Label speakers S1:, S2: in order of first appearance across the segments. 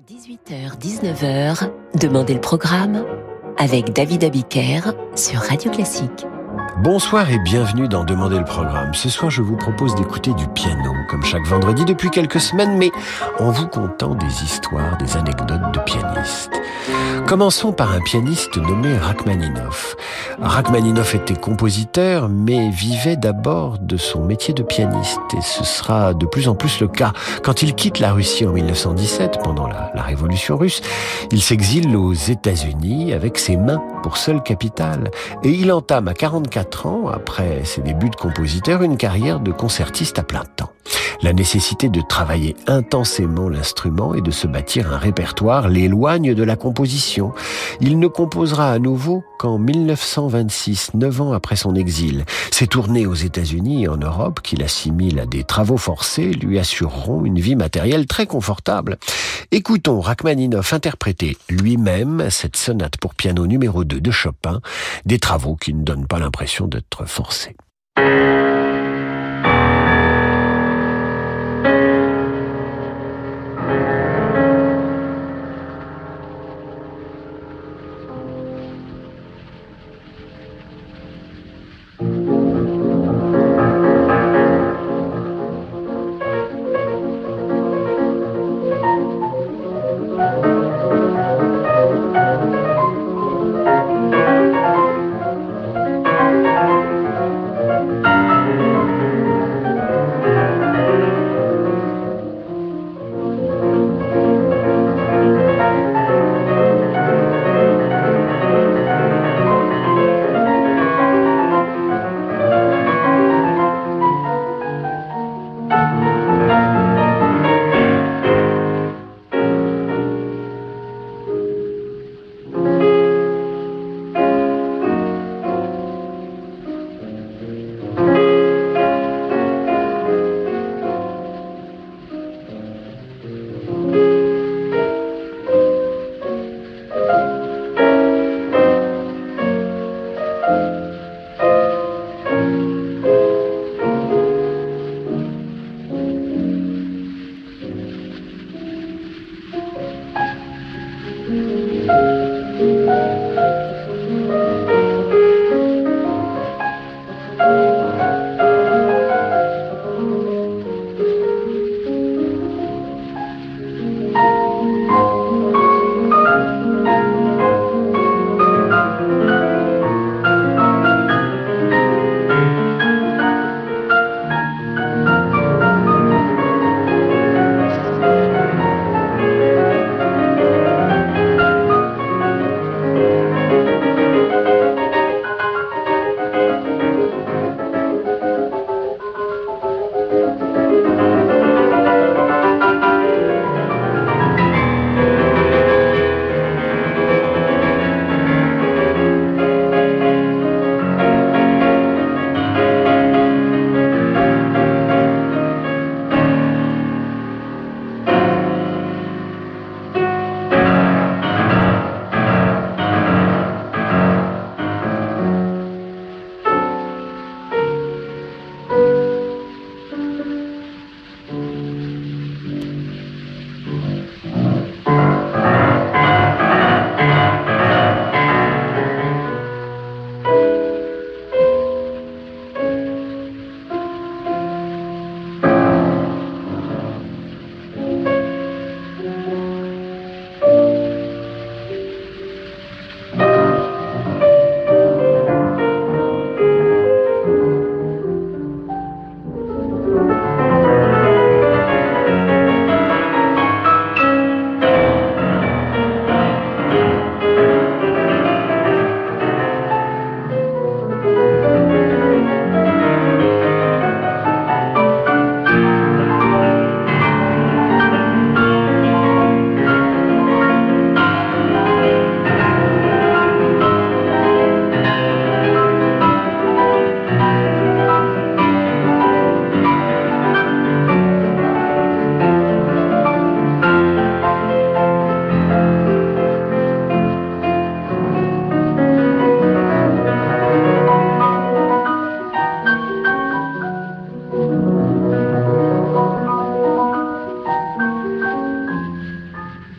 S1: 18h-19h, Demandez le programme avec David Abiker sur Radio Classique.
S2: Bonsoir et bienvenue dans Demandez le programme. Ce soir, je vous propose d'écouter du piano, comme chaque vendredi depuis quelques semaines, mais en vous contant des histoires, des anecdotes de pianistes. Commençons par un pianiste nommé Rachmaninov. Rachmaninov était compositeur, mais vivait d'abord de son métier de pianiste, et ce sera de plus en plus le cas. Quand il quitte la Russie en 1917, pendant la Révolution russe, il s'exile aux États-Unis avec ses mains pour seule capitale, et il entame à 44 ans, après ses débuts de compositeur, une carrière de concertiste à plein temps. La nécessité de travailler intensément l'instrument et de se bâtir un répertoire l'éloigne de la composition. Il ne composera à nouveau qu'en 1926, 9 ans après son exil. Ses tournées aux États-Unis et en Europe, qu'il assimile à des travaux forcés, lui assureront une vie matérielle très confortable. Écoutons Rachmaninov interpréter lui-même cette sonate pour piano numéro 2 de Chopin, des travaux qui ne donnent pas l'impression d'être forcés.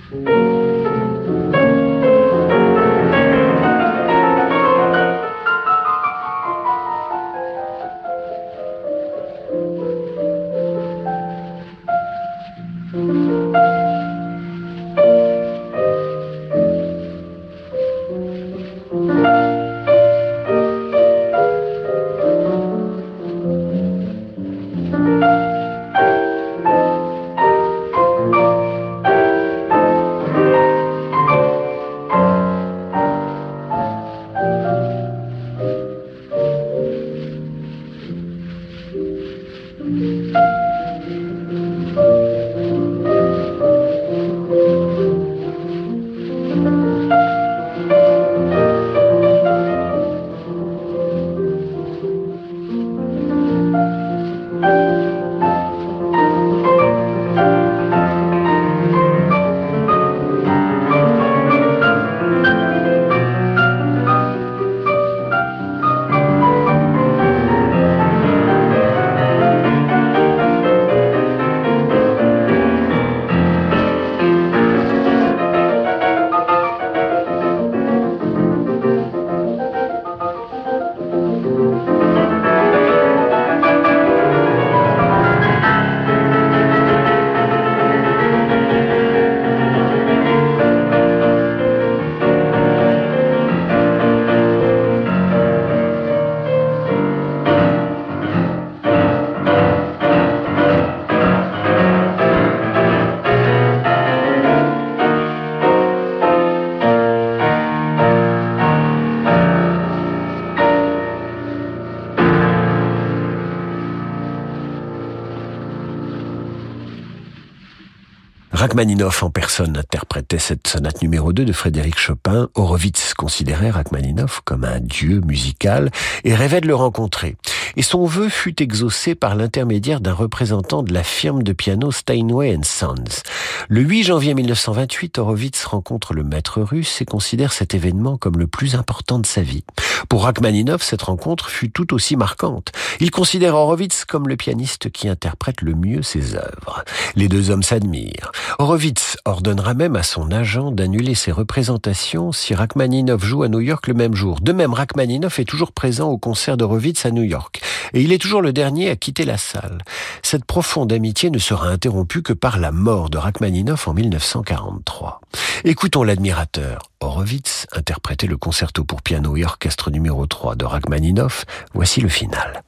S2: Rachmaninoff en personne interprétait cette sonate numéro 2 de Frédéric Chopin. Horowitz considérait Rachmaninoff comme un dieu musical et rêvait de le rencontrer. Et son vœu fut exaucé par l'intermédiaire d'un représentant de la firme de piano Steinway & Sons. Le 8 janvier 1928, Horowitz rencontre le maître russe et considère cet événement comme le plus important de sa vie. Pour Rachmaninoff, cette rencontre fut tout aussi marquante. Il considère Horowitz comme le pianiste qui interprète le mieux ses œuvres. Les deux hommes s'admirent. Horowitz ordonnera même à son agent d'annuler ses représentations si Rachmaninoff joue à New York le même jour. De même, Rachmaninoff est toujours présent au concert d'Horowitz à New York. Et il est toujours le dernier à quitter la salle. Cette profonde amitié ne sera interrompue que par la mort de Rachmaninoff en 1943. Écoutons l'admirateur Horowitz interpréter le concerto pour piano et orchestre numéro 3 de Rachmaninoff. Voici le final.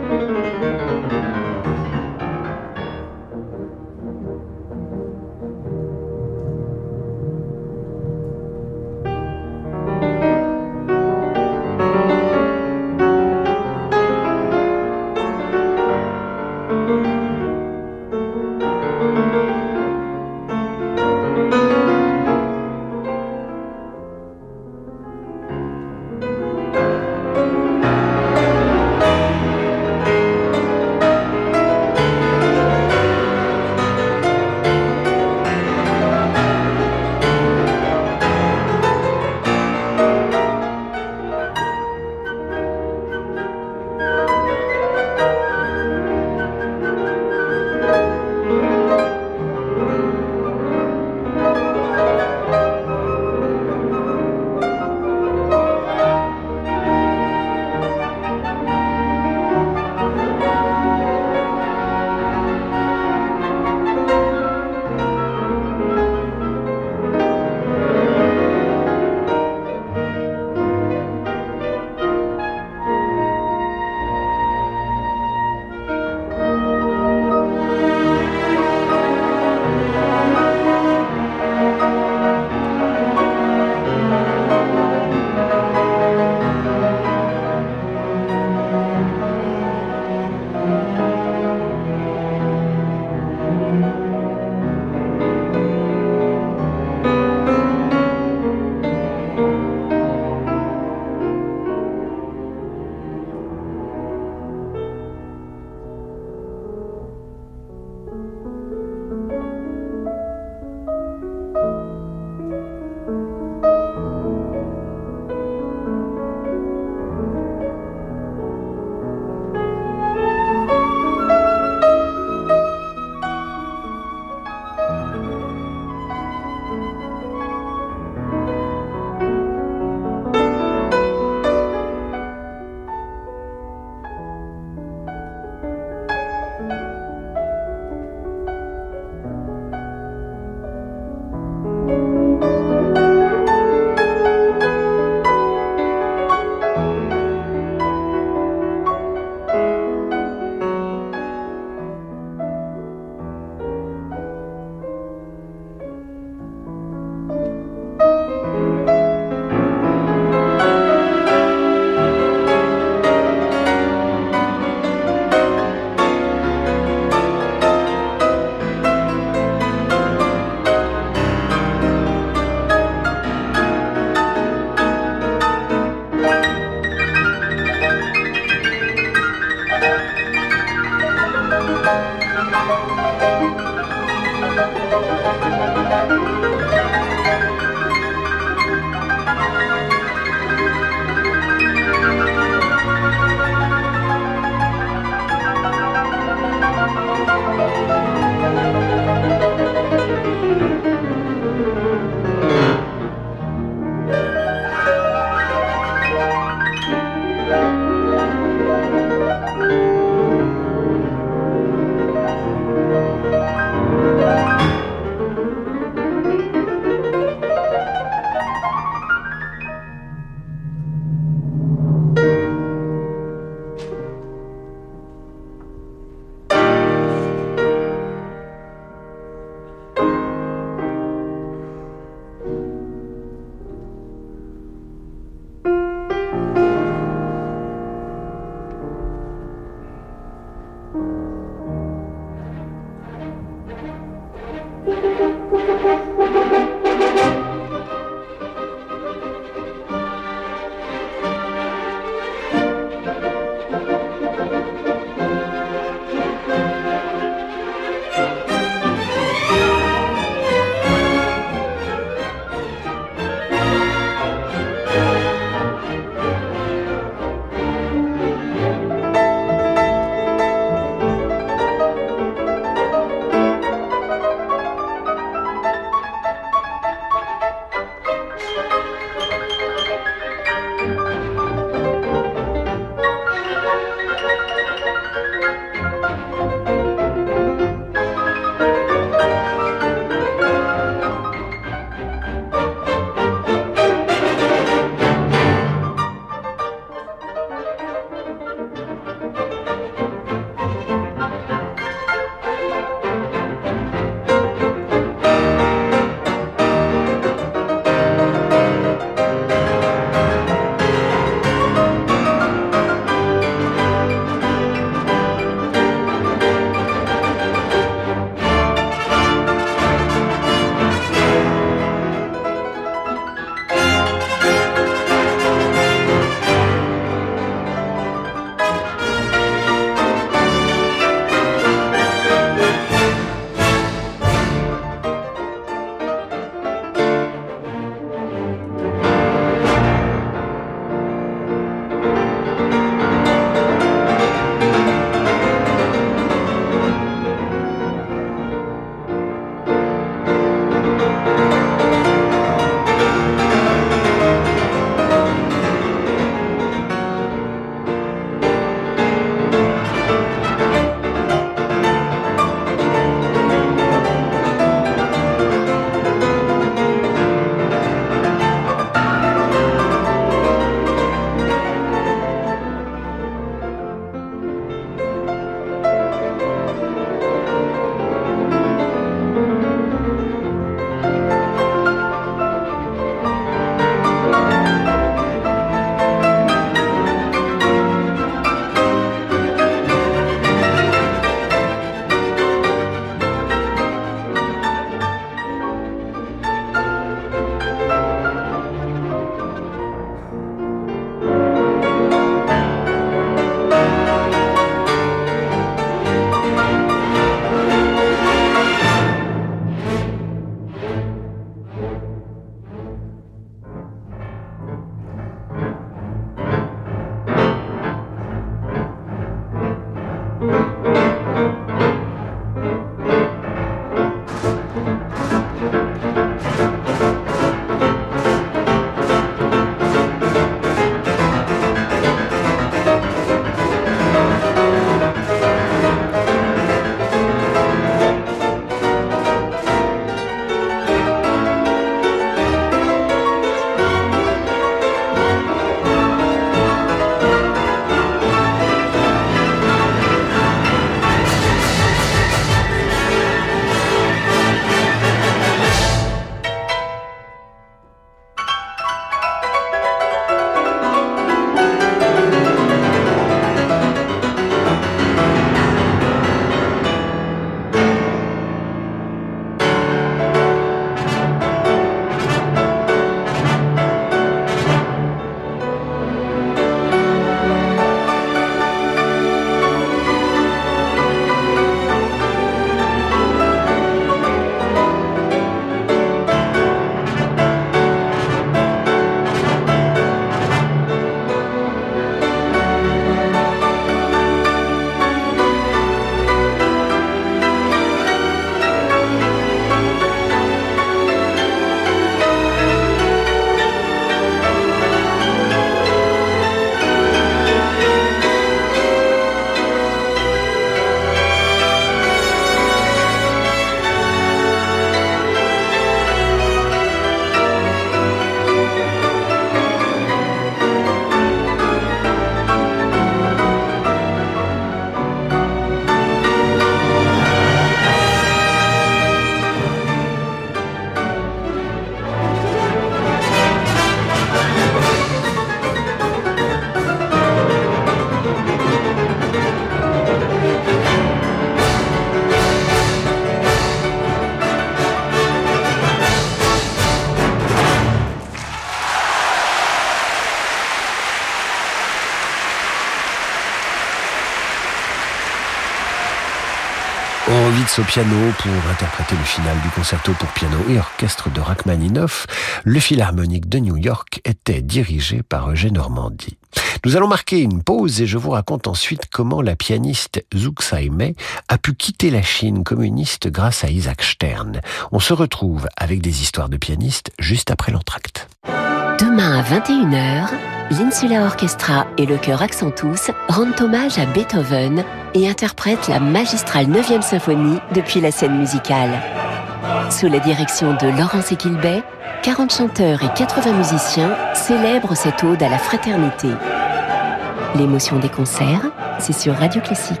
S2: Horowitz au piano pour interpréter le final du concerto pour piano et orchestre de Rachmaninoff. Le Philharmonique de New York était dirigé par Eugène Ormandy. Nous allons marquer une pause et je vous raconte ensuite comment la pianiste Zhou Xiaomei a pu quitter la Chine communiste grâce à Isaac Stern. On se retrouve avec des histoires de pianistes juste après l'entracte.
S1: Demain à 21h, l'Insula Orchestra et le chœur Accentus rendent hommage à Beethoven et interprètent la magistrale 9e symphonie depuis la scène musicale. Sous la direction de Laurence Equilbet, 40 chanteurs et 80 musiciens célèbrent cette ode à la fraternité. L'émotion des concerts, c'est sur Radio Classique.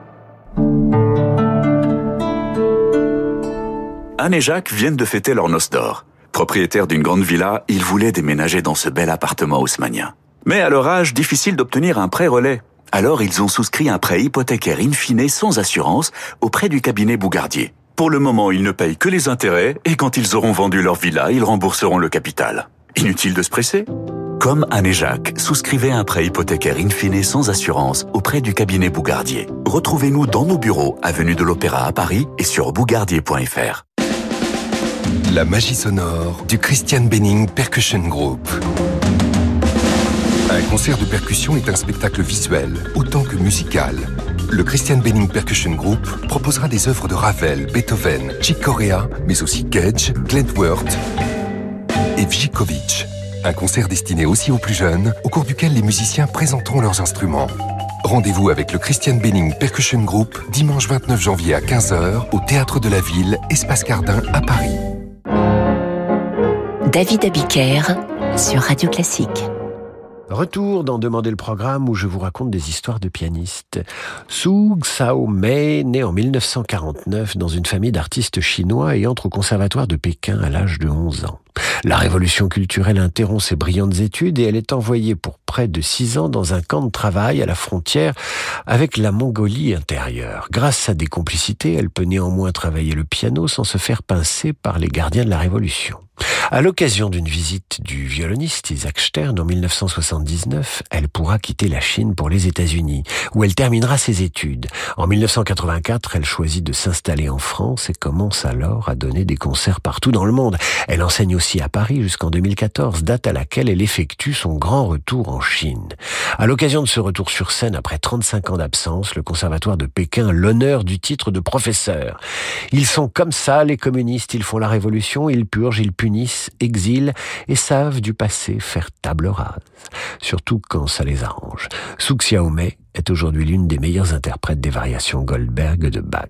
S3: Anne et Jacques viennent de fêter leur noce d'or. Propriétaires d'une grande villa, ils voulaient déménager dans ce bel appartement haussmannien. Mais à leur âge, difficile d'obtenir un prêt relais. Alors ils ont souscrit un prêt hypothécaire in fine sans assurance auprès du cabinet Bougardier. Pour le moment, ils ne payent que les intérêts et quand ils auront vendu leur villa, ils rembourseront le capital. Inutile de se presser. Comme Anne et Jacques, souscrivez un prêt hypothécaire in fine sans assurance auprès du cabinet Bougardier. Retrouvez-nous dans nos bureaux, avenue de l'Opéra à Paris et sur bougardier.fr.
S4: La magie sonore du Christian Benning Percussion Group. Un concert de percussion est un spectacle visuel autant que musical. Le Christian Benning Percussion Group proposera des œuvres de Ravel, Beethoven, Chick Corea, mais aussi Cage, Glentworth et Vjikovic. Un concert destiné aussi aux plus jeunes, au cours duquel les musiciens présenteront leurs instruments. Rendez-vous avec le Christian Benning Percussion Group dimanche 29 janvier à 15h au Théâtre de la Ville, Espace Cardin à Paris.
S1: David Abiker sur Radio Classique.
S2: Retour dans Demander le programme où je vous raconte des histoires de pianistes. Zhou Xiaomei, née en 1949 dans une famille d'artistes chinois et entre au conservatoire de Pékin à l'âge de 11 ans. La révolution culturelle interrompt ses brillantes études et elle est envoyée pour près de 6 ans dans un camp de travail à la frontière avec la Mongolie intérieure. Grâce à des complicités, elle peut néanmoins travailler le piano sans se faire pincer par les gardiens de la Révolution. À l'occasion d'une visite du violoniste Isaac Stern en 1979, elle pourra quitter la Chine pour les États-Unis, où elle terminera ses études. En 1984, elle choisit de s'installer en France et commence alors à donner des concerts partout dans le monde. Elle enseigne aussi à Paris jusqu'en 2014, date à laquelle elle effectue son grand retour en Chine. À l'occasion de ce retour sur scène après 35 ans d'absence, le Conservatoire de Pékin a l'honneur du titre de professeur. Ils sont comme ça, les communistes, ils font la révolution, ils purgent, ils punissent, exilent et savent du passé faire table rase. Surtout quand ça les arrange. Zhou Xiaomei est aujourd'hui l'une des meilleures interprètes des variations Goldberg de Bach.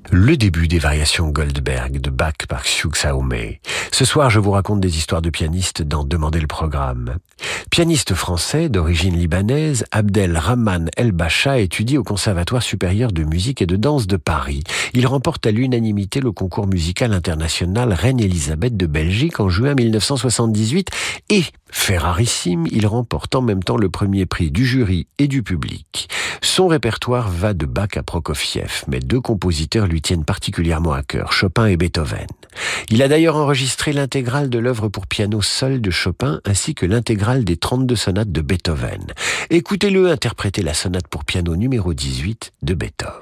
S2: Le début des variations Goldberg de Bach par Xiu Xiaomei. Ce soir, je vous raconte des histoires de pianistes dans Demandez le programme. Pianiste français d'origine libanaise, Abdel Rahman El Bacha étudie au Conservatoire supérieur de musique et de danse de Paris. Il remporte à l'unanimité le concours musical international Reine-Élisabeth de Belgique en juin 1978 et, fait rarissime, il remporte en même temps le premier prix du jury et du public. Son répertoire va de Bach à Prokofiev, mais deux compositeurs lui tiennent particulièrement à cœur, Chopin et Beethoven. Il a d'ailleurs enregistré l'intégrale de l'œuvre pour piano seul de Chopin ainsi que l'intégrale des 32 sonates de Beethoven. Écoutez-le interpréter la sonate pour piano numéro 18 de Beethoven.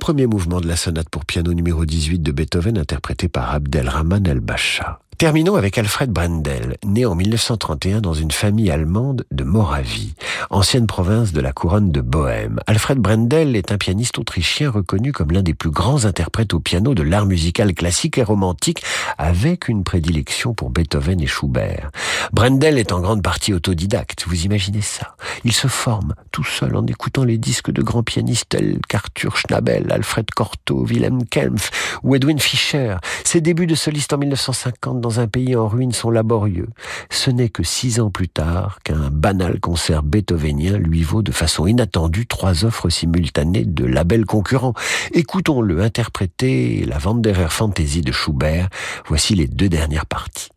S2: premier mouvement de la sonate pour piano numéro 18 de Beethoven, interprété par Abdelrahman El-Bacha. Terminons avec Alfred Brendel, né en 1931 dans une famille allemande de Moravie, ancienne province de la couronne de Bohême. Alfred Brendel est un pianiste autrichien reconnu comme l'un des plus grands interprètes au piano de l'art musical classique et romantique, avec une prédilection pour Beethoven et Schubert. Brendel est en grande partie autodidacte, vous imaginez ça? Il se forme tout seul en écoutant les disques de grands pianistes tels qu'Arthur Schnabel, Alfred Cortot, Wilhelm Kempff ou Edwin Fischer. Ses débuts de soliste en 1950 dans un pays en ruine sont laborieux. Ce n'est que 6 ans plus tard qu'un banal concert beethovenien lui vaut de façon inattendue 3 offres simultanées de labels concurrents. Écoutons-le interpréter la Wanderer Fantasy de Schubert. Voici les 2 dernières parties.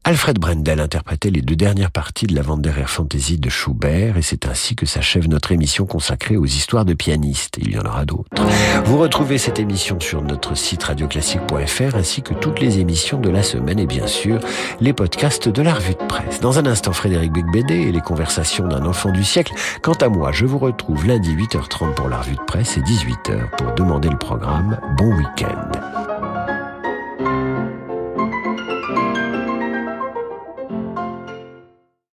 S2: Alfred Brendel interprétait les 2 dernières parties de la Wanderer Fantasy de Schubert et c'est ainsi que s'achève notre émission consacrée aux histoires de pianistes. Il y en aura d'autres. Vous retrouvez cette émission sur notre site radioclassique.fr ainsi que toutes les émissions de la semaine et bien sûr les podcasts de la revue de presse. Dans un instant, Frédéric Becbédé et les conversations d'un enfant du siècle. Quant à moi, je vous retrouve lundi 8h30 pour la revue de presse et 18h pour demander le programme. Bon week-end.